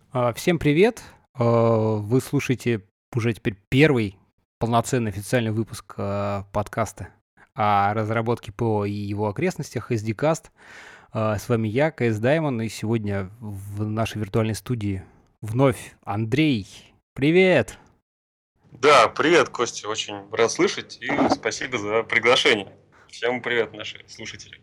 Всем привет! Вы слушаете уже теперь первый полноценный официальный выпуск подкаста о разработке ПО и его окрестностях SDCast. С вами я, КС Даймон, и сегодня в нашей виртуальной студии вновь Андрей. Привет! Да, привет, Костя, очень рад слышать и спасибо за приглашение. Всем привет, наши слушатели.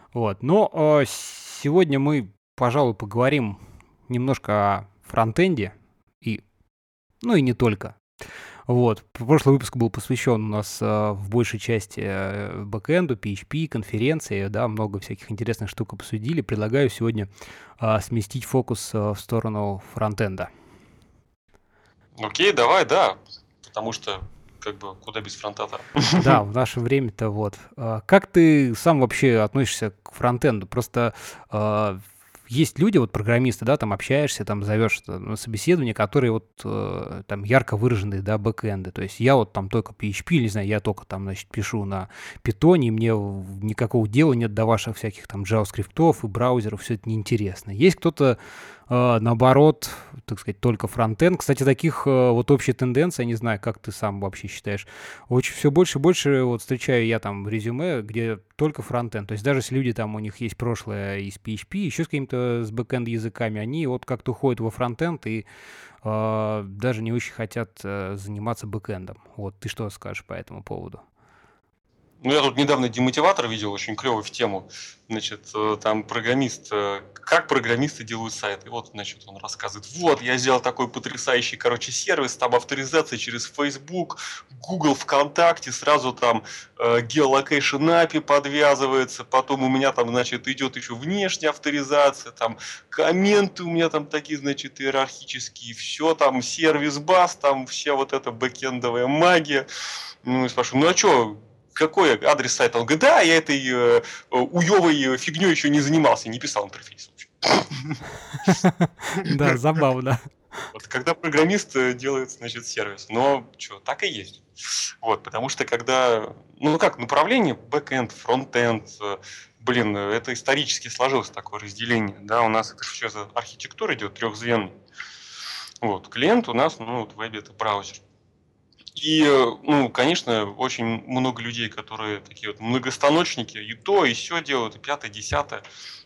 Сегодня мы, пожалуй, поговорим немножко о фронтенде и не только. Прошлый выпуск был посвящен у нас в большей части бэкэнду, PHP, конференции, да, много всяких интересных штук обсудили. Предлагаю сегодня сместить фокус в сторону фронтенда. Окей, давай, да, потому что куда без фронта-то. Да, в наше время-то. Как ты сам вообще относишься к фронтенду? Просто есть люди, программисты, да, там общаешься, там зовешь на собеседование, которые там ярко выраженные, да, бэкэнды. То есть я там только PHP, не знаю, я только там, значит, пишу на питоне, и мне никакого дела нет до ваших всяких там JavaScript и браузеров, все это неинтересно. Есть кто-то, наоборот, так сказать, только фронтенд. Кстати, таких общая тенденция, я не знаю, как ты сам вообще считаешь, очень все больше и больше встречаю я там в резюме, где только фронтенд. То есть даже если люди там, у них есть прошлое из PHP, еще с какими-то с бэкэнд языками, они как-то уходят во фронтенд и даже не очень хотят заниматься бэкэндом. Ты что скажешь по этому поводу? Я тут недавно демотиватор видел, очень клевый в тему. Значит, там программист, как программисты делают сайты. Значит, он рассказывает, я сделал такой потрясающий, сервис, там авторизация через Facebook, Google, ВКонтакте, сразу там geolocation API подвязывается, потом у меня там, значит, идет еще внешняя авторизация, там комменты у меня там такие, значит, иерархические, все там, сервис-бас, там вся эта бэкэндовая магия. И спрашиваю, а что, какой адрес сайта? Он говорит, да, я этой уевой фигней еще не занимался, не писал интерфейс. Да, забавно. Когда программист делает, значит, сервис. Но что, так и есть. Потому что когда, направление, бэкэнд, фронтенд, это исторически сложилось такое разделение. Да, у нас это все архитектура идет трехзвенная. Клиент у нас, в вебе это браузер. И, конечно, очень много людей, которые такие многостаночники, и то, и все делают, и пятое, десятое.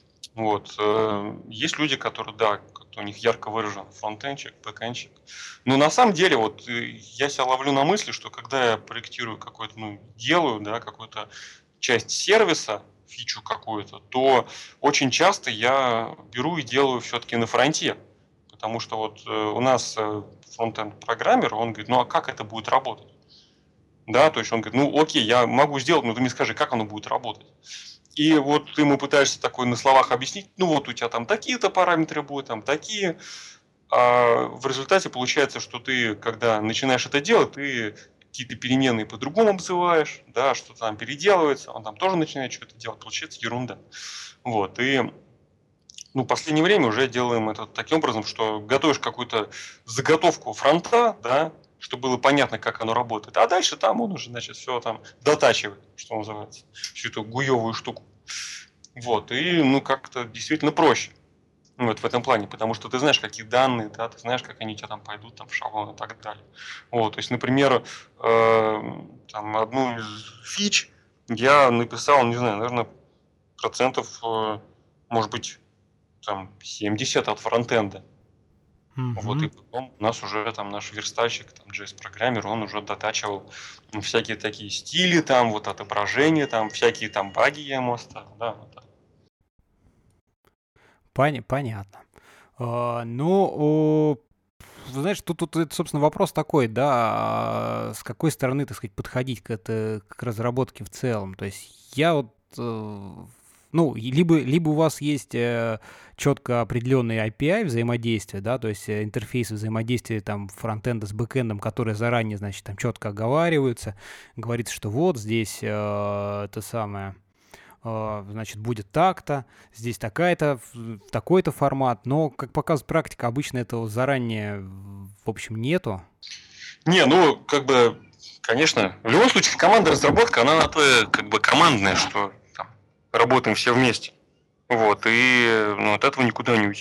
Есть люди, которые, да, у них ярко выражен фронтенчик, бэкенчик. Но на самом деле, я себя ловлю на мысли, что когда я проектирую какой-то, делаю, да, какую-то часть сервиса, фичу какую-то, то очень часто я беру и делаю все-таки на фронте. Потому что у нас фронтенд-программер, он говорит, а как это будет работать? Да, то есть он говорит, окей, я могу сделать, но ты мне скажи, как оно будет работать. И ты ему пытаешься такой на словах объяснить, у тебя там такие-то параметры будут, там такие. А в результате получается, что ты, когда начинаешь это делать, ты какие-то переменные по-другому обзываешь, да, что-то там переделывается, он там тоже начинает что-то делать, получается ерунда. И в последнее время уже делаем это таким образом, что готовишь какую-то заготовку фронта, да, чтобы было понятно, как оно работает. А дальше там он уже, значит, все там дотачивает, что называется, всю эту гуевую штуку. И, как-то действительно проще. В этом плане, потому что ты знаешь, какие данные, да, ты знаешь, как они у тебя там пойдут там, в шаблон и так далее. То есть, например, там одну из фич я написал, не знаю, наверное, процентов, может быть, там 70 от фронтенда. Mm-hmm. И потом у нас уже там наш верстальщик, там JS-программер, он уже дотачивал всякие такие стили, там отображения, там всякие там баги я ему оставил, да, так. Понятно. Знаешь, тут, собственно, вопрос такой, да, с какой стороны, так сказать, подходить к разработке в целом. То есть я либо у вас есть четко определенный API взаимодействия, да, то есть интерфейсы взаимодействия там фронтенда с бэкэндом, которые заранее, значит, там четко оговариваются, говорится, что здесь это самое... значит, будет так-то, здесь такая-то, такой-то формат, но, как показывает практика, обычно этого заранее, в общем, нету. Не, конечно, в любом случае команда разработка, она на то командная, что там, работаем все вместе. И от этого никуда не уйти.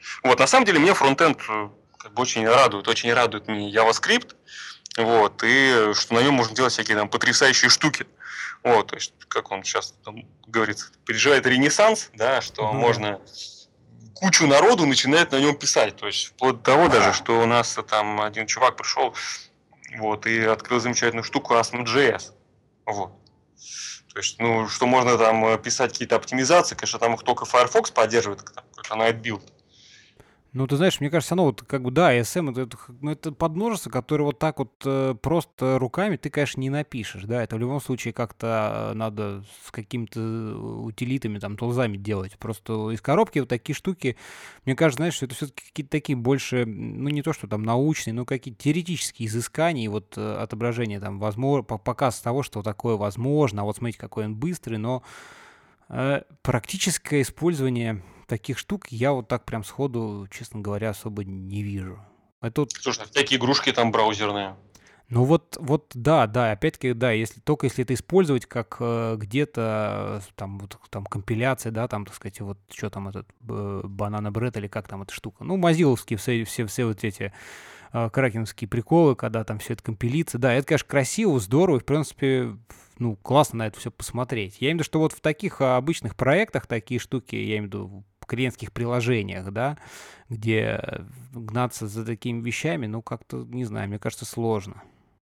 Вот, на самом деле, меня фронтенд как бы очень радует мне JavaScript, вот, и что на нем можно делать всякие там потрясающие штуки. Вот, то есть, как он сейчас там говорится, переживает ренессанс, да, что Ну да. можно кучу народу начинает на нем писать. То есть, вплоть до того даже, что у нас там один чувак пришел, вот, и открыл замечательную штуку Asm.js. Вот. То есть, ну, что можно там писать какие-то оптимизации, конечно, там их только Firefox поддерживает, какой-то Night Build. Ну, ты знаешь, мне кажется, оно вот как бы, да, ASM, ну, это подмножество, которое вот так вот просто руками ты, конечно, не напишешь, да, это в любом случае как-то надо с какими-то утилитами, там, тулзами делать. Просто из коробки вот такие штуки, мне кажется, знаешь, что это все-таки какие-то такие больше, ну, не то, что там научные, но какие-то теоретические изыскания, и вот отображение там, возможно, показ того, что такое возможно, а вот смотрите, какой он быстрый, но практическое использование таких штук я вот так прям сходу, честно говоря, особо не вижу. Это вот, Слушай, всякие игрушки там браузерные. ну вот, да, да, опять-таки, да, если только если это использовать как где-то там вот там компиляция, да, там, так сказать, вот что там этот банана бред или как там эта штука, ну, мазиловские все вот эти кракеновские приколы, когда там все это компилится. Да, это, конечно, красиво, здорово, и, в принципе, ну, классно на это все посмотреть. Я имею в виду, что вот в таких обычных проектах такие штуки, я имею в виду в клиентских приложениях, да, где гнаться за такими вещами, ну, как-то, не знаю, мне кажется, сложно.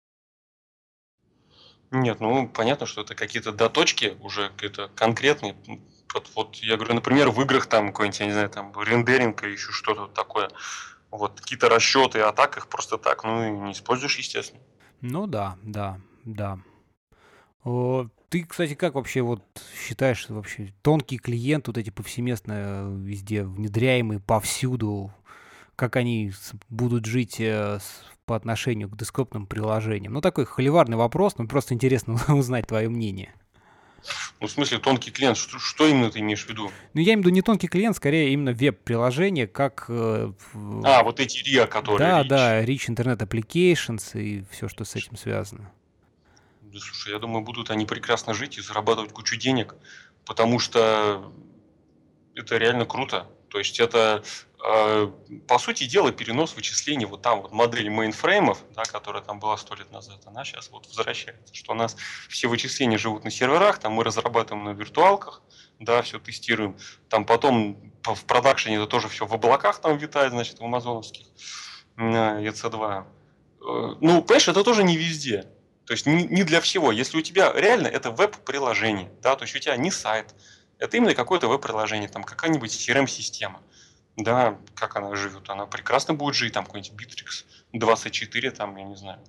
Нет, ну понятно, что это какие-то доточки уже какие-то конкретные. Вот я говорю, например, в играх там какой-нибудь, я не знаю, там рендеринг или еще что-то такое. Вот какие-то расчеты, а так их просто так, ну и не используешь, естественно. Ну да, да, да. Ты, кстати, как вообще вот считаешь, что вообще тонкий клиент, вот эти повсеместно везде внедряемые повсюду, как они будут жить по отношению к десктопным приложениям? Ну, такой холиварный вопрос, но просто интересно узнать твое мнение. Ну, в смысле, тонкий клиент, что именно ты имеешь в виду? Ну, я имею в виду не тонкий клиент, скорее именно веб-приложение, как... А, вот эти RIA, которые да, Rich. да, Rich Internet Applications и все, что с этим связано. Да, слушай, я думаю, будут они прекрасно жить и зарабатывать кучу денег, потому что это реально круто. То есть это, по сути дела, перенос вычислений. Вот там вот модель мейнфреймов, да, которая там была 100 лет назад, она сейчас вот возвращается. Что у нас все вычисления живут на серверах, там мы разрабатываем на виртуалках, да, все тестируем. Там потом в продакшене это тоже все в облаках там витает, значит, в амазоновских EC2. Ну, понимаешь, это тоже не везде. То есть не для всего. Если у тебя реально это веб-приложение, да, то есть у тебя не сайт, это именно какое-то веб-приложение, там какая-нибудь CRM-система. Да, как она живет? Она прекрасно будет жить, там какой-нибудь Bittrex 24, там, я не знаю.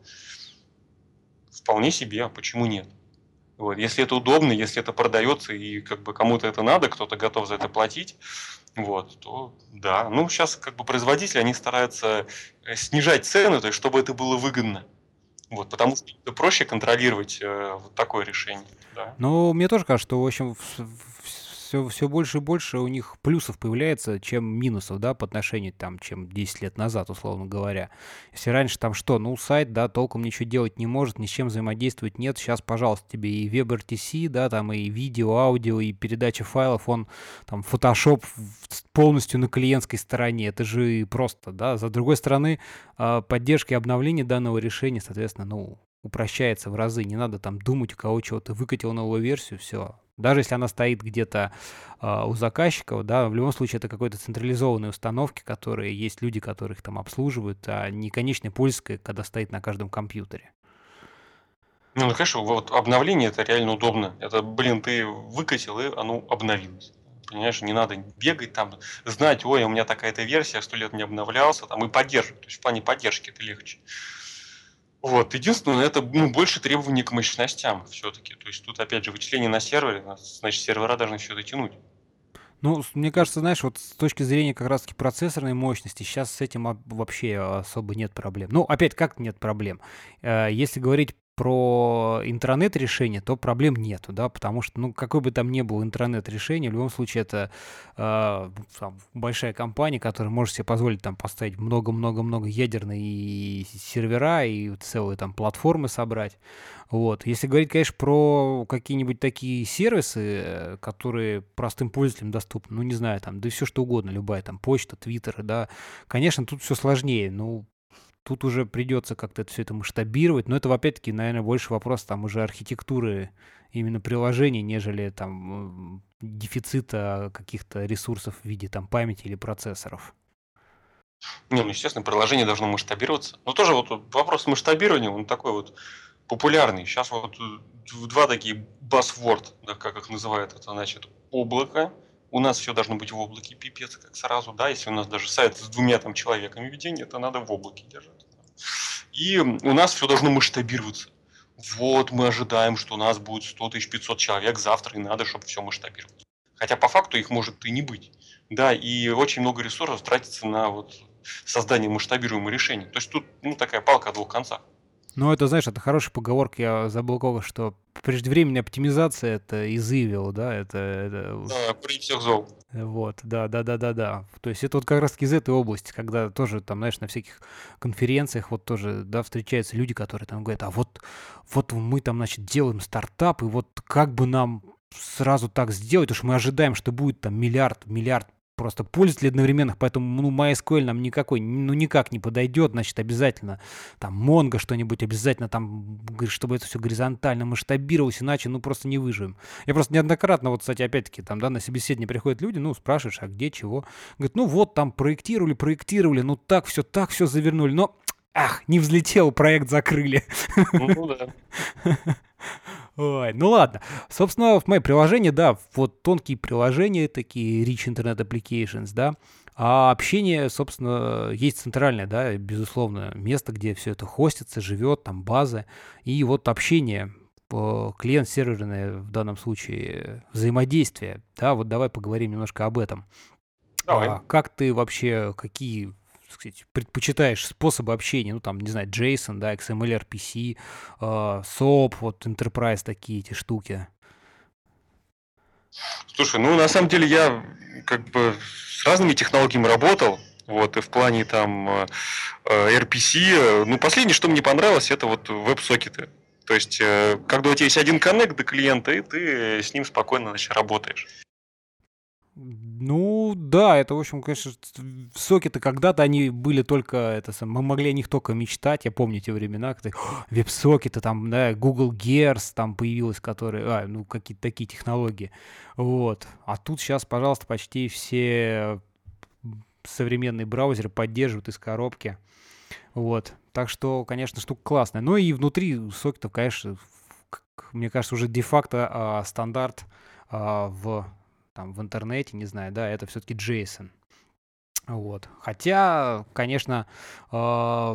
Вполне себе, а почему нет? Вот. Если это удобно, если это продается и как бы кому-то это надо, кто-то готов за это платить, вот, то да. Ну, сейчас как бы производители, они стараются снижать цены, то есть чтобы это было выгодно. Вот, потому что это проще контролировать вот такое решение. Да. Но мне тоже кажется, что, в общем, все больше и больше у них плюсов появляется, чем минусов, да, по отношению, там, чем 10 лет назад, условно говоря. Если раньше там что, ну, сайт, да, толком ничего делать не может, ни с чем взаимодействовать нет, сейчас, пожалуйста, тебе и WebRTC, да, там, и видео, аудио, и передача файлов, он, там, Photoshop полностью на клиентской стороне, это же просто, да. С другой стороны, поддержка и обновление данного решения, соответственно, ну, упрощается в разы. Не надо там думать, у кого чего-то выкатил новую версию, все. Даже если она стоит где-то у заказчиков, да, в любом случае это какой-то централизованные установки, которые есть люди, которых там обслуживают, а не конечная пользователь, когда стоит на каждом компьютере. Ну, конечно, вот обновление это реально удобно. Это, блин, ты выкатил, и оно обновилось. Понимаешь, не надо бегать там, знать, ой, у меня такая-то версия, 100 лет не обновлялся, там и поддерживать. То есть в плане поддержки это легче. Вот. Единственное, это больше требований к мощностям все-таки. То есть тут, опять же, вычисление на сервере, значит, сервера должны все это тянуть. Ну, мне кажется, знаешь, вот с точки зрения как раз-таки процессорной мощности, сейчас с этим вообще особо нет проблем. Ну, опять, как нет проблем? Если говорить про интернет-решение, то проблем нету, да, потому что, ну, какой бы там ни был интернет-решение, в любом случае это там, большая компания, которая может себе позволить там поставить много-много-много ядерные сервера и целые там платформы собрать. Вот. Если говорить, конечно, про какие-нибудь такие сервисы, которые простым пользователям доступны, ну, не знаю, там, да все что угодно, любая там почта, твиттер, да, конечно, тут все сложнее, ну, тут уже придется как-то все это масштабировать, но это, опять-таки, наверное, больше вопрос там уже архитектуры именно приложений, нежели там дефицита каких-то ресурсов в виде там памяти или процессоров. Не, ну, естественно, приложение должно масштабироваться. Но тоже вот вопрос масштабирования, он такой вот популярный. Сейчас вот два такие buzzword, да, как их называют, это значит облако. У нас все должно быть в облаке, пипец, как сразу, да, если у нас даже сайт с двумя там человеками ведения, это надо в облаке держать. И у нас все должно масштабироваться. Вот мы ожидаем, что у нас будет 100 500 человек завтра, и надо, чтобы все масштабировалось. Хотя по факту их может и не быть. Да, и очень много ресурсов тратится на вот создание масштабируемого решения. То есть тут ну, такая палка о двух концах. Ну, это, знаешь, это хорошая поговорка, я забыл кого, что преждевременная оптимизация — это из evil, да, Да, при всех зол. вот, да. То есть это вот как раз-таки из этой области, когда тоже там, знаешь, на всяких конференциях вот тоже, да, встречаются люди, которые там говорят, вот мы там, значит, делаем стартап, и вот как бы нам сразу так сделать, потому что мы ожидаем, что будет там миллиард просто пользователей одновременных, поэтому, ну, MySQL нам никакой, ну, никак не подойдет, значит, обязательно там Mongo что-нибудь, обязательно там, чтобы это все горизонтально масштабировалось, иначе, ну, просто не выживем. Я просто неоднократно, вот, кстати, опять-таки, там, да, на собеседование приходят люди, ну, спрашиваешь, а где, чего? Говорят, ну, вот, там проектировали, ну, так все завернули, но, не взлетел, проект закрыли. Ну да. Ой, ну ладно. Собственно, в мои приложения, да, вот тонкие приложения, такие Rich Internet Applications, да, а общение, собственно, есть центральное, да, безусловно, место, где все это хостится, живет, там база, и вот общение, клиент-серверное в данном случае, взаимодействие, да, вот давай поговорим немножко об этом. Давай. Как ты вообще, какие, так сказать, предпочитаешь способы общения? Ну, там, не знаю, JSON, да, XML, RPC, SOAP, вот Enterprise, такие эти штуки. Слушай, ну на самом деле я как бы с разными технологиями работал. Вот, и в плане там RPC. Ну, последнее, что мне понравилось, это вот веб-сокеты. То есть, когда у тебя есть один коннект до клиента, и ты с ним спокойно, значит, работаешь. Ну, да, это, в общем, конечно, сокеты когда-то они были только, мы могли о них только мечтать, я помню те времена, когда веб-сокеты, там, да, Google Gears там появилась, которые, ну, какие-то такие технологии, вот. А тут сейчас, пожалуйста, почти все современные браузеры поддерживают из коробки, вот. Так что, конечно, штука классная. Ну и внутри сокетов, конечно, мне кажется, уже де-факто стандарт в интернете, не знаю, да, это все-таки JSON. Вот. Хотя, конечно, в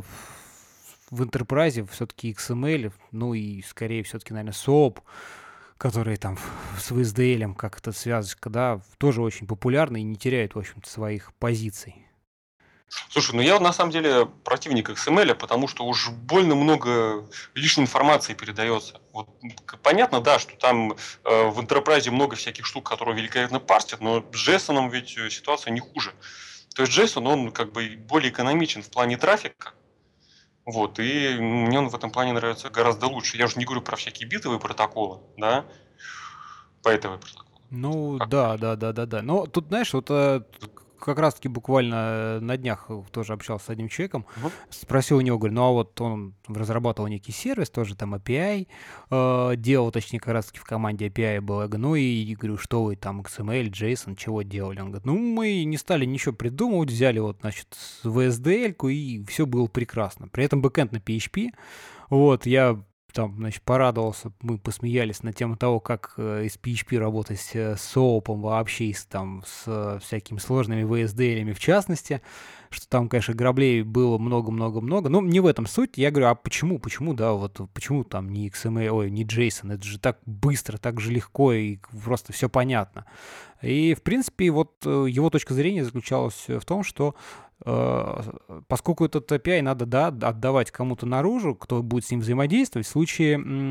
Enterprise все-таки XML, ну и скорее все-таки, наверное, SOAP, которые там с VSDL, как эта связочка, да, тоже очень популярны и не теряют, в общем-то, своих позиций. Слушай, ну я на самом деле противник XML, потому что уж больно много лишней информации передается. Вот, понятно, да, что там в Enterprise много всяких штук, которые великолепно парсят, но с JSON ведь ситуация не хуже. То есть JSON, он как бы более экономичен в плане трафика. Вот, и мне он в этом плане нравится гораздо лучше. Я уже не говорю про всякие битовые протоколы, да, байтовые протоколы. Ну, Как? да. Но тут, знаешь, вот как раз-таки буквально на днях тоже общался с одним человеком, Мгм. спросил у него, говорю, ну а вот он разрабатывал некий сервис, тоже там API, делал, точнее, как раз-таки в команде API было. Я говорю, ну и говорю, что вы там XML, JSON, чего делали? Он говорит, ну мы не стали ничего придумывать, взяли вот, значит, VSDL-ку, и все было прекрасно. При этом бэкэнд на PHP, вот, я там, значит, порадовался, мы посмеялись на тему того, как из PHP работать с SOAP вообще, с всякими сложными VSDL-ами в частности, что там, конечно, граблей было много-много-много, но не в этом суть. Я говорю, а почему, да, вот почему там не XML, не JSON, это же так быстро, так же легко и просто все понятно. И, в принципе, вот его точка зрения заключалась в том, что э, поскольку этот API надо, да, отдавать кому-то наружу, кто будет с ним взаимодействовать, в случае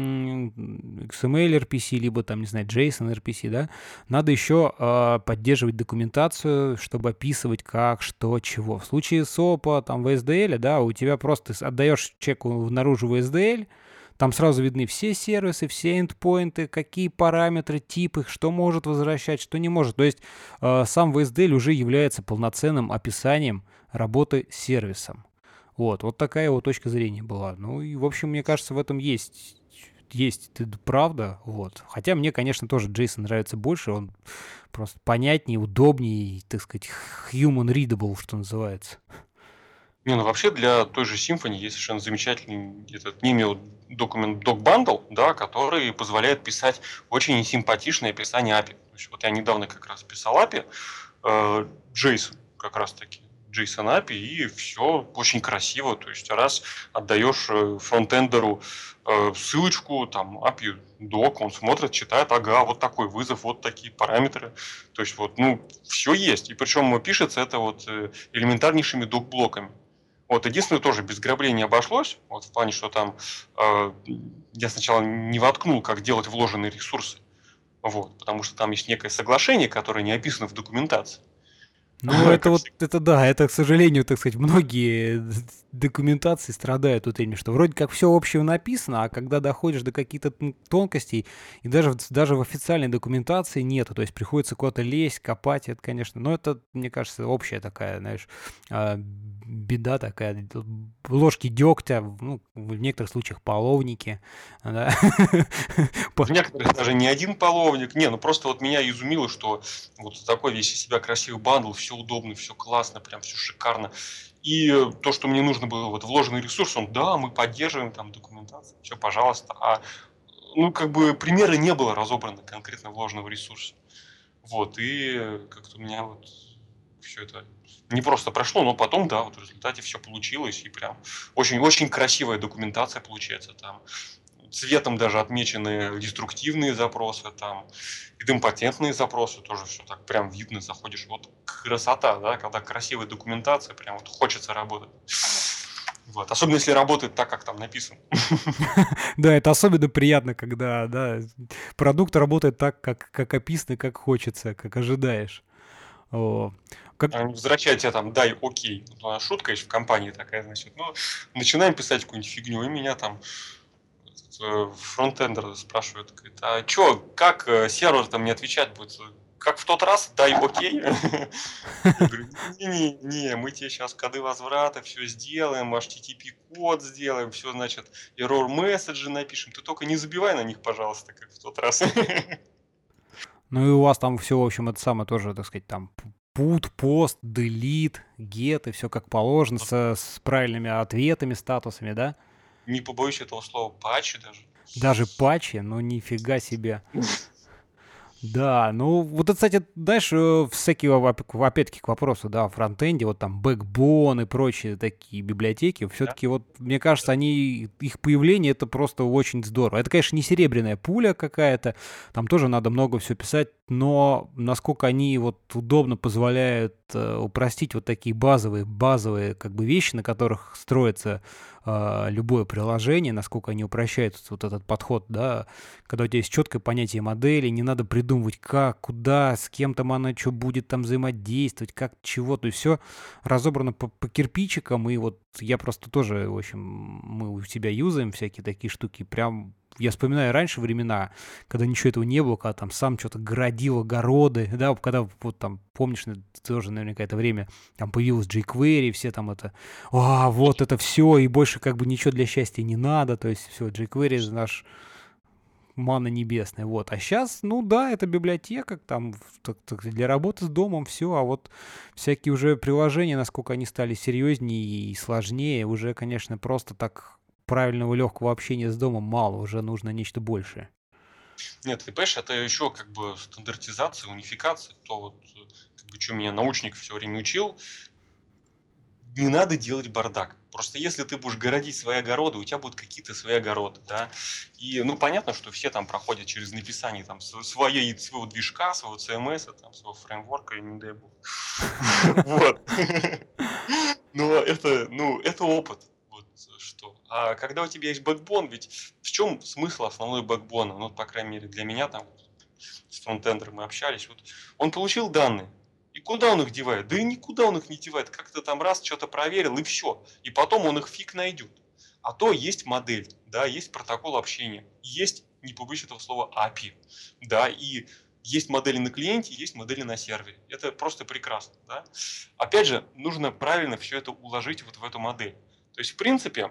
XML RPC, либо там, не знаю, JSON RPC, да, надо еще поддерживать документацию, чтобы описывать как, что, чего. В случае SOAP, там, в SDL, да, у тебя просто отдаешь человеку наружу в SDL, там сразу видны все сервисы, все эндпоинты, какие параметры, типы, что может возвращать, что не может. То есть сам VSDL уже является полноценным описанием работы с сервисом. Вот такая вот точка зрения была. Ну и, в общем, мне кажется, в этом есть правда, вот. Хотя мне, конечно, тоже JSON нравится больше, он просто понятнее, удобнее, так сказать, human readable, что называется. Не, ну вообще для той же Symfony есть совершенно замечательный этот Nemo документ Doc Bundle, да, который позволяет писать очень симпатичное описание API. То есть вот я недавно как раз писал API, JSON как раз таки, JSON API, и все очень красиво. То есть раз отдаешь фронтендеру ссылочку, там API док, он смотрит, читает, ага, вот такой вызов, вот такие параметры. То есть вот, ну, все есть. И причем пишется это вот элементарнейшими док-блоками. Вот, единственное, тоже без граблей не обошлось, вот в плане, что там я сначала не воткнул, как делать вложенные ресурсы, вот, потому что там есть некое соглашение, которое не описано в документации. Ну, это Как вот, это да, это, к сожалению, так сказать, многие документации страдают вот этим, что вроде как все общее написано, а когда доходишь до каких-то тонкостей, и даже в официальной документации нету, то есть приходится куда-то лезть, копать, это, конечно, но это, мне кажется, общая такая, знаешь, беда такая, ложки дегтя, ну, в некоторых случаях половники, да. в некоторых даже не один половник. Не, ну просто вот меня изумило, что вот такой весь из себя красивый бандл, все удобно, все классно, прям все шикарно. И то, что мне нужно было, вот вложенный ресурс, он, да, мы поддерживаем там документацию, все, пожалуйста. А, ну, как бы примера не было разобрано конкретно вложенного ресурса. Вот, и как-то у меня вот все это не просто прошло, но потом, да, вот в результате все получилось, и прям очень-очень красивая документация получается там. Цветом даже отмечены деструктивные запросы, там, идемпотентные запросы, тоже все так прям видно, заходишь, вот красота, да, когда красивая документация, прям вот хочется работать. Вот. Особенно если работает так, как там написано. Да, это особенно приятно, когда, да, продукт работает так, как описано, как хочется, как ожидаешь. О, как... Они возвращают тебе там, дай окей. Ну, шутка еще в компании такая, значит. Ну, начинаем писать какую-нибудь фигню, и меня там фронтендер спрашивает, говорит, а чё, как сервер там не отвечать будет? Как в тот раз, дай окей. Я говорю, не, мы тебе сейчас коды возврата, все сделаем, HTTP-код сделаем, все, значит, error месседжи напишем. Ты только не забивай на них, пожалуйста, как в тот раз. Ну и у вас там все, в общем, это самое тоже, так сказать, там put, post, delete, get и все как положено, с правильными ответами, статусами, да? Не побоюсь этого слова, патчи даже. Даже патчи, ну нифига себе. Да, ну вот это, кстати, знаешь, всякие, опять-таки, к вопросу, да, о фронтенде, вот там Backbone и прочие такие библиотеки, Да? все-таки вот, мне кажется, их появление, это просто очень здорово. Это, конечно, не серебряная пуля какая-то, там тоже надо много все писать, но насколько они вот удобно позволяют упростить вот такие базовые как бы вещи, на которых строится любое приложение, насколько они упрощают вот этот подход, да, когда у тебя есть четкое понятие модели, не надо придумывать как, куда, с кем там она что будет там взаимодействовать, как, чего, то есть все разобрано по кирпичикам, и вот я просто тоже, в общем, мы у себя юзаем всякие такие штуки, прям я вспоминаю раньше времена, когда ничего этого не было, когда там сам что-то городил огороды, да, когда вот там, помнишь, тоже наверняка это время, там появилась jQuery, все там это, вот это все, и больше как бы ничего для счастья не надо, то есть все, jQuery наш манна небесная, вот. А сейчас, ну да, это библиотека, там, для работы с домом все, а вот всякие уже приложения, насколько они стали серьезнее и сложнее, уже, конечно, просто так правильного легкого общения с домом мало, уже нужно нечто большее. Нет, ты понимаешь, это еще как бы стандартизация, унификация, то вот, как бы, что меня научник все время учил, не надо делать бардак. Просто если ты будешь городить свои огороды, у тебя будут какие-то свои огороды, да. И, ну, понятно, что все там проходят через написание там своего движка, своего CMS, там, своего фреймворка, и не дай бог. Вот. Но это, ну, это опыт. Вот что. А когда у тебя есть бэкбон, ведь в чем смысл основной бэкбона? Ну, по крайней мере, для меня там с фронтендером мы общались. Вот он получил данные. И куда он их девает? Да и никуда он их не девает. Как-то там раз что-то проверил, и все. И потом он их фиг найдет. А то есть модель, да, есть протокол общения, есть, не побоюсь этого слова, API, да, и есть модели на клиенте, есть модели на сервере. Это просто прекрасно, да. Опять же, нужно правильно все это уложить вот в эту модель. То есть, в принципе,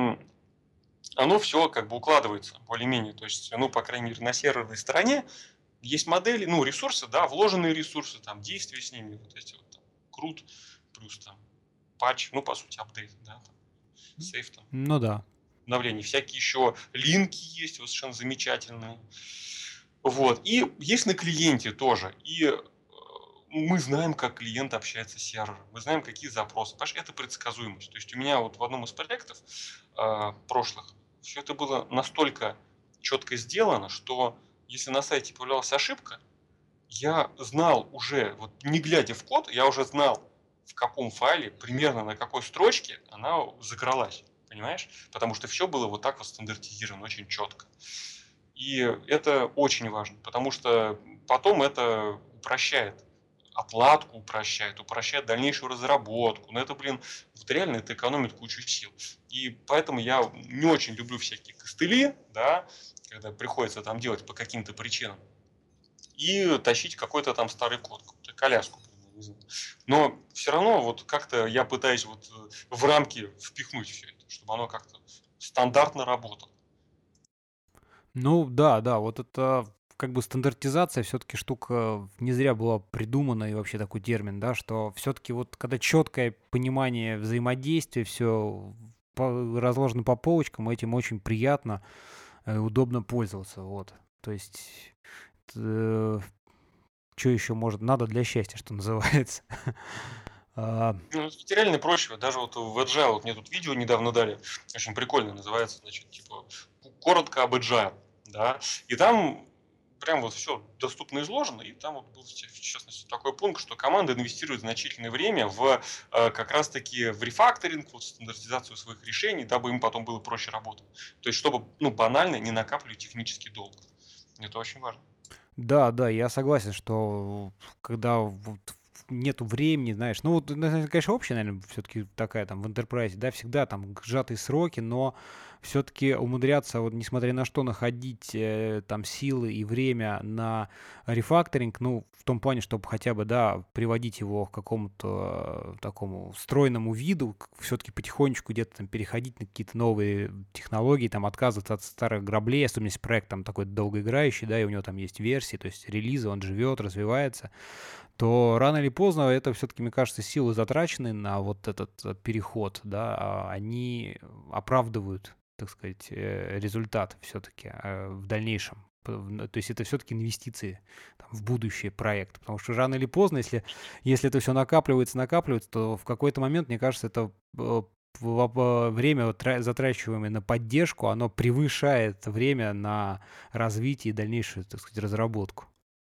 оно все как бы укладывается более-менее. То есть, ну, по крайней мере, на серверной стороне есть модели, ну, ресурсы, да, вложенные ресурсы, там, действия с ними, вот эти вот, там, крут, плюс там патч, ну, по сути, апдейт, да, там, сейф, там, Ну да. обновления, всякие еще линки есть, вот совершенно замечательные. Вот, и есть на клиенте тоже, и мы знаем, как клиент общается с сервером, мы знаем, какие запросы, потому что это предсказуемость. То есть у меня вот в одном из проектов прошлых все это было настолько четко сделано, что если на сайте появлялась ошибка, я знал уже, вот не глядя в код, я уже знал, в каком файле, примерно на какой строчке она закралась. Понимаешь? Потому что все было вот так вот стандартизировано, очень четко. И это очень важно, потому что потом это упрощает отладку, упрощает дальнейшую разработку. Но это, блин, вот реально это экономит кучу сил. И поэтому я не очень люблю всякие костыли, да, когда приходится там делать по каким-то причинам и тащить какой-то там старый код, какую-то коляску. Не знаю. Но все равно вот как-то я пытаюсь вот в рамки впихнуть все это, чтобы оно как-то стандартно работало. Ну да, да, вот это как бы стандартизация все-таки штука не зря была придумана и вообще такой термин, да, что все-таки вот когда четкое понимание взаимодействия, все разложено по полочкам, этим очень приятно, удобно пользоваться, вот. То есть, что еще может, надо для счастья, что называется. А, Ну, это реально проще. Даже вот в Agile, вот мне тут видео недавно дали, очень прикольно, называется, значит, типа, коротко об Agile, да, и там прям вот все доступно изложено, и там вот был, в частности, такой пункт, что команда инвестирует значительное время в как раз-таки в рефакторинг, вот, стандартизацию своих решений, дабы им потом было проще работать. То есть, чтобы, ну, банально не накапливать технический долг. Это очень важно. Да, да, я согласен, что когда вот нету времени, знаешь, ну вот, конечно, общая, наверное, все-таки такая там в enterprise, да, всегда там сжатые сроки, но все-таки умудряться, вот несмотря на что, находить там силы и время на рефакторинг, ну, в том плане, чтобы хотя бы, да, приводить его к какому-то такому стройному виду, все-таки потихонечку где-то там переходить на какие-то новые технологии, там отказываться от старых граблей, особенно если проект там такой долгоиграющий, да, и у него там есть версии, то есть релизы, он живет, развивается, то рано или поздно это все-таки, мне кажется, силы затраченные на вот этот переход, да, они оправдывают, так сказать, результат все-таки в дальнейшем. То есть это все-таки инвестиции там, в будущее проект. Потому что рано или поздно, если это все накапливается, то в какой-то момент, мне кажется, это время, затрачиваемое на поддержку, оно превышает время на развитие и дальнейшую, так сказать, разработку.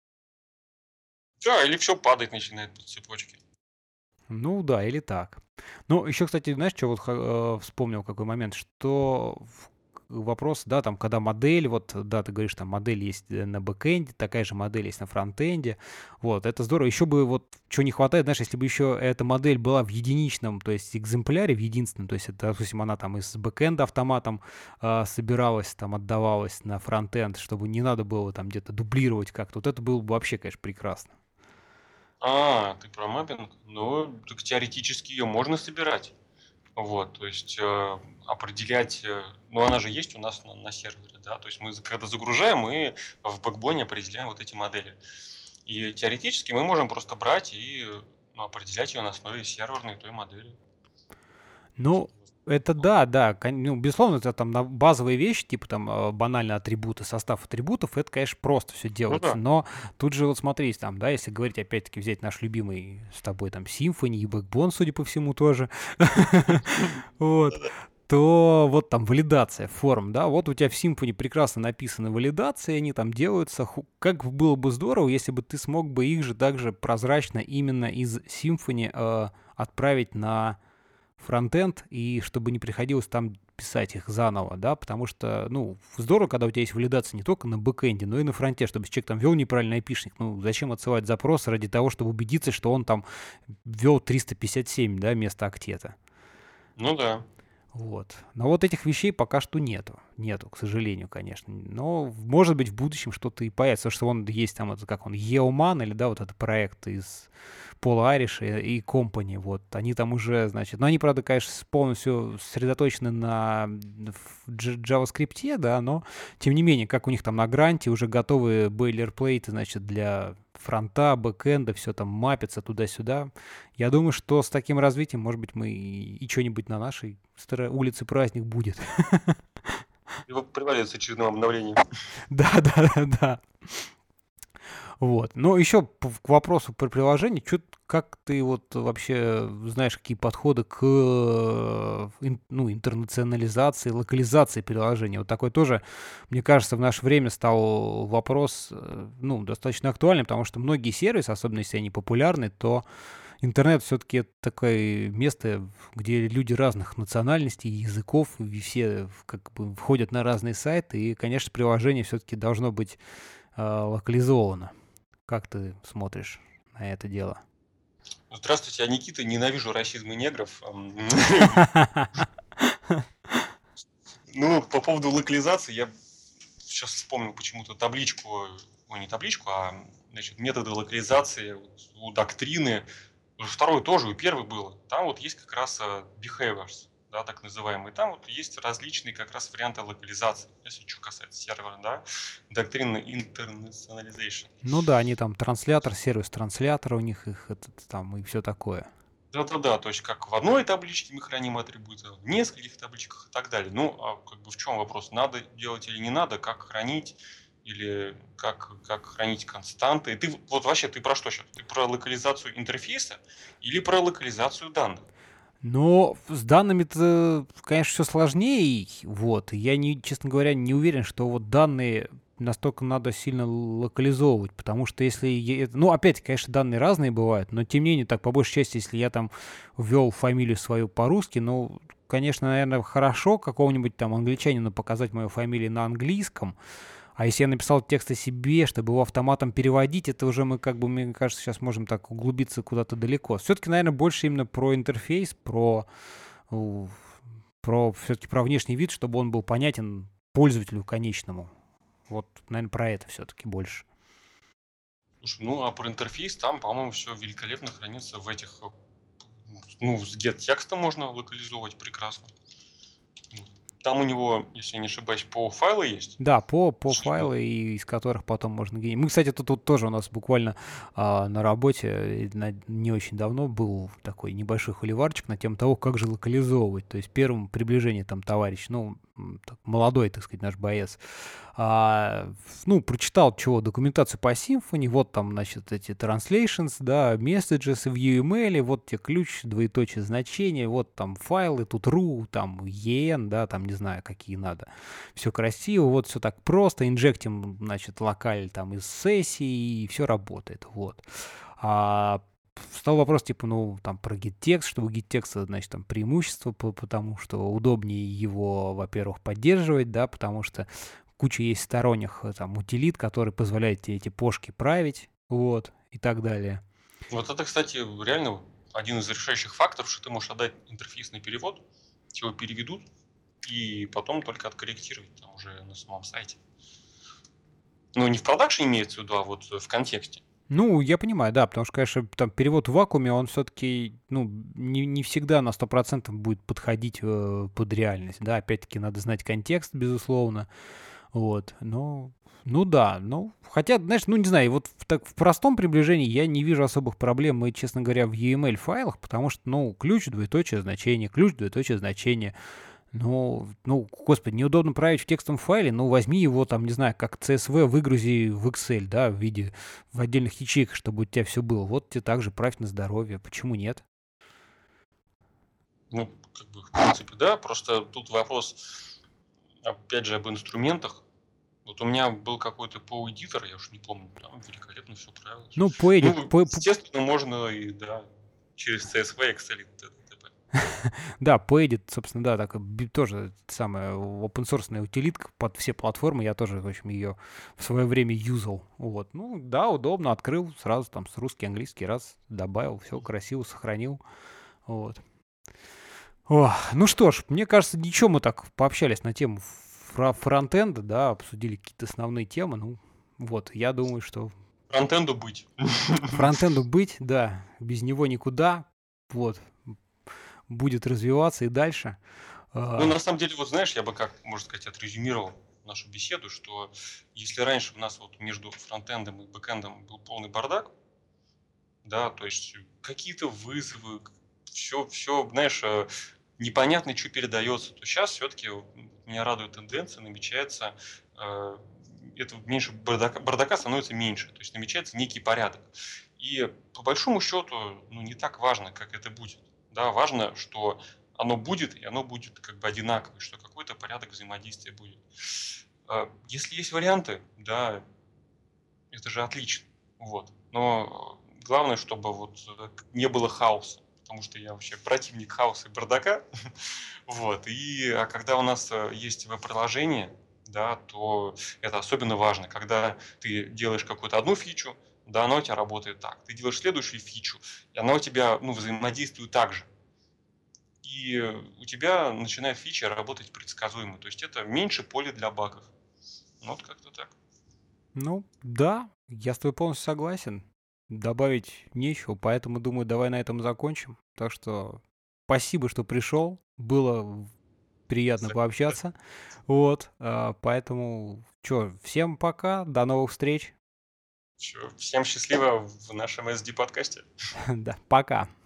Да, или все падать начинает по цепочке. Ну да, или так. Ну, еще, кстати, знаешь, что вот вспомнил какой момент, что вопрос, да, там, когда модель, вот, да, ты говоришь, там, модель есть на бэкэнде, такая же модель есть на фронтенде, вот, это здорово. Еще бы вот, что не хватает, знаешь, если бы еще эта модель была в единичном, то есть экземпляре, в единственном, то есть, это, допустим, она там из бэкэнда автоматом собиралась, там, отдавалась на фронтенд, чтобы не надо было там где-то дублировать как-то, вот это было бы вообще, конечно, прекрасно. Ты про маппинг? Ну, так теоретически ее можно собирать. Вот, то есть определять, ну она же есть у нас на сервере, да, то есть мы когда загружаем, мы в бэкбоне определяем вот эти модели. И теоретически мы можем просто брать и ну, определять ее на основе серверной той модели. Ну, Это да, да, ну, безусловно, это там на базовые вещи, типа там банально атрибуты, состав атрибутов, это, конечно, просто все Ну делается, да. но тут же вот смотри, там, да, если говорить, опять-таки, взять наш любимый с тобой там Symfony и Backbone, судя по всему, тоже, вот, то вот там валидация форм, да, вот у тебя в Symfony прекрасно написаны валидации, они там делаются, как было бы здорово, если бы ты смог бы их же также прозрачно именно из Symfony отправить на фронтенд, и чтобы не приходилось там писать их заново, да, потому что, ну, здорово, когда у тебя есть валидация не только на бэкэнде, но и на фронте, чтобы если человек там ввел неправильный айпишник, ну, зачем отсылать запрос ради того, чтобы убедиться, что он там ввел 357, да, вместо октета. Ну да. Вот. Но вот этих вещей пока что нету. Нету, к сожалению, конечно. Но, может быть, в будущем что-то и появится. Потому что он есть там, это, как он, Yeoman, или, да, вот этот проект из Пола Айриша и Company. Вот. Они там уже, значит... Но они, правда, конечно, полностью сосредоточены на JavaScript, да, но, тем не менее, как у них там на гранте уже готовы бойлерплейты, значит, для фронта, бэкэнда, все там мапится туда-сюда. Я думаю, что с таким развитием, может быть, мы и что-нибудь на нашей улице праздник будет. И вот привалится очередным обновлением. Да, да, да, да. Вот. Но еще к вопросу про приложение, как ты вот вообще знаешь, какие подходы к ну, интернационализации, локализации приложения? Вот такой тоже, мне кажется, в наше время стал вопрос ну, достаточно актуальным, потому что многие сервисы, особенно если они популярны, то интернет все-таки это такое место, где люди разных национальностей, языков, и все как бы входят на разные сайты, и, конечно, приложение все-таки должно быть локализовано. Как ты смотришь на это дело? Здравствуйте, я Никита, ненавижу расизм и негров. Ну, по поводу локализации, я сейчас вспомнил почему-то табличку, ой, не табличку, а значит, методы локализации у доктрины. Второй тоже, у первой было. Там вот есть как раз behaviors, да, так называемые. Там вот есть различные как раз варианты локализации, если что касается сервера, да. Доктрина internationalization. Ну да, они там транслятор, сервис транслятора у них, их там и все такое. Да-да-да, то есть как в одной табличке мы храним атрибуты, в нескольких табличках и так далее. Ну, а как бы в чем вопрос? Надо делать или не надо, как хранить, или как хранить константы. И ты вот вообще ты про что сейчас? Ты про локализацию интерфейса или про локализацию данных? Но с данными-то, конечно, все сложнее, вот. Я, честно говоря, не уверен, что вот данные настолько надо сильно локализовывать, потому что если... Ну, опять, конечно, данные разные бывают, но тем не менее, так, по большей части, если я там ввел фамилию свою по-русски, ну, конечно, наверное, хорошо какому-нибудь там англичанину показать мою фамилию на английском, а если я написал текст о себе, чтобы его автоматом переводить, это уже мы, как бы, мне кажется, сейчас можем так углубиться куда-то далеко. Все-таки, наверное, больше именно про интерфейс, все-таки про внешний вид, чтобы он был понятен пользователю конечному. Вот, наверное, про это все-таки больше. Слушай, ну а про интерфейс там, по-моему, все великолепно хранится в этих, ну, с get текста можно локализовывать прекрасно. Там у него, если я не ошибаюсь, по файлы есть. Да, по Что? файлы, из которых потом можно генерировать. Мы, кстати, тут тоже у нас буквально на работе не очень давно был такой небольшой холиварчик на тему того, как же локализовывать. То есть первым приближение там товарищ, ну, молодой, так сказать, наш боец, ну, прочитал чего, документацию по Symfony, вот там, значит, эти translations, да, messages в UML, вот тебе ключ, двоеточие значения, вот там файлы, тут ru, там en, да, там не знаю, какие надо. Все красиво, вот все так просто, инжектим, значит, локаль там из сессии, и все работает, вот. Стал вопрос, типа, ну, там, про GitText, что у GitText, значит, там, преимущество, потому что удобнее его, во-первых, поддерживать, да, потому что куча есть сторонних, там, утилит, которые позволяют тебе эти пошки править, вот, и так далее. Вот это, кстати, реально один из решающих факторов, что ты можешь отдать интерфейсный перевод, его переведут, и потом только откорректировать там уже на самом сайте. Ну, не в продакшене имеется в виду, а вот в контексте. Ну, я понимаю, да, потому что, конечно, там перевод в вакууме, он все-таки, ну, не всегда на 100% будет подходить под реальность, да, опять-таки надо знать контекст, безусловно, вот, но Ну да, ну, хотя, знаешь, ну не знаю, вот в простом приближении я не вижу особых проблем, и, честно говоря, в EML файлах, потому что, ну, ключ, двоеточие значение. Ну, господи, неудобно править в текстовом файле, ну, возьми его там, не знаю, как CSV выгрузи в Excel, да, в отдельных ячейках, чтобы у тебя все было. Вот тебе также правь на здоровье. Почему нет? Ну, как бы, в принципе, да, просто тут вопрос, опять же, об инструментах. Вот у меня был какой-то PO-эдитор, я уж не помню, там великолепно все правилось. Ну, поедет, Ну, естественно, можно и, да, через CSV, Excel и т.д. да, Poedit, собственно, да, так тоже самая open-source утилитка под все платформы, я тоже, в общем, ее в свое время юзал, вот, ну, да, удобно, открыл, сразу там с русский, английский, раз, добавил, все красиво, сохранил, вот. О, ну что ж, мне кажется, ничего, мы так пообщались на тему фронтенда, да, обсудили какие-то основные темы, ну, вот, я думаю, что Фронтенду быть. фронтенду быть, да, без него никуда, вот, будет развиваться и дальше. Ну, на самом деле, вот знаешь, я бы как, можно сказать, отрезюмировал нашу беседу, что если раньше у нас вот между фронтендом и бэкэндом был полный бардак, да, то есть какие-то вызовы, все, знаешь, непонятно, что передается, то сейчас все-таки меня радует тенденция, намечается, это меньше бардака становится меньше, то есть намечается некий порядок. И по большому счету, ну, не так важно, как это будет. Да, важно, что оно будет, и оно будет как бы одинаковое, что какой-то порядок взаимодействия будет. Если есть варианты, да, это же отлично. Вот. Но главное, чтобы вот не было хаоса, потому что я вообще противник хаоса и бардака. Вот. А когда у нас есть веб-приложение, да, то это особенно важно. Когда ты делаешь какую-то одну фичу, да, она у тебя работает так. Ты делаешь следующую фичу, и она у тебя, ну, взаимодействует так же. И у тебя начинает фича работать предсказуемо. То есть это меньше поля для багов. Ну, вот как-то так. Ну, да, я с тобой полностью согласен. Добавить нечего, поэтому, думаю, давай на этом закончим. Так что спасибо, что пришел. Было приятно пообщаться. Вот, поэтому, что, всем пока, до новых встреч. Всем счастливо в нашем SD подкасте. Да, пока.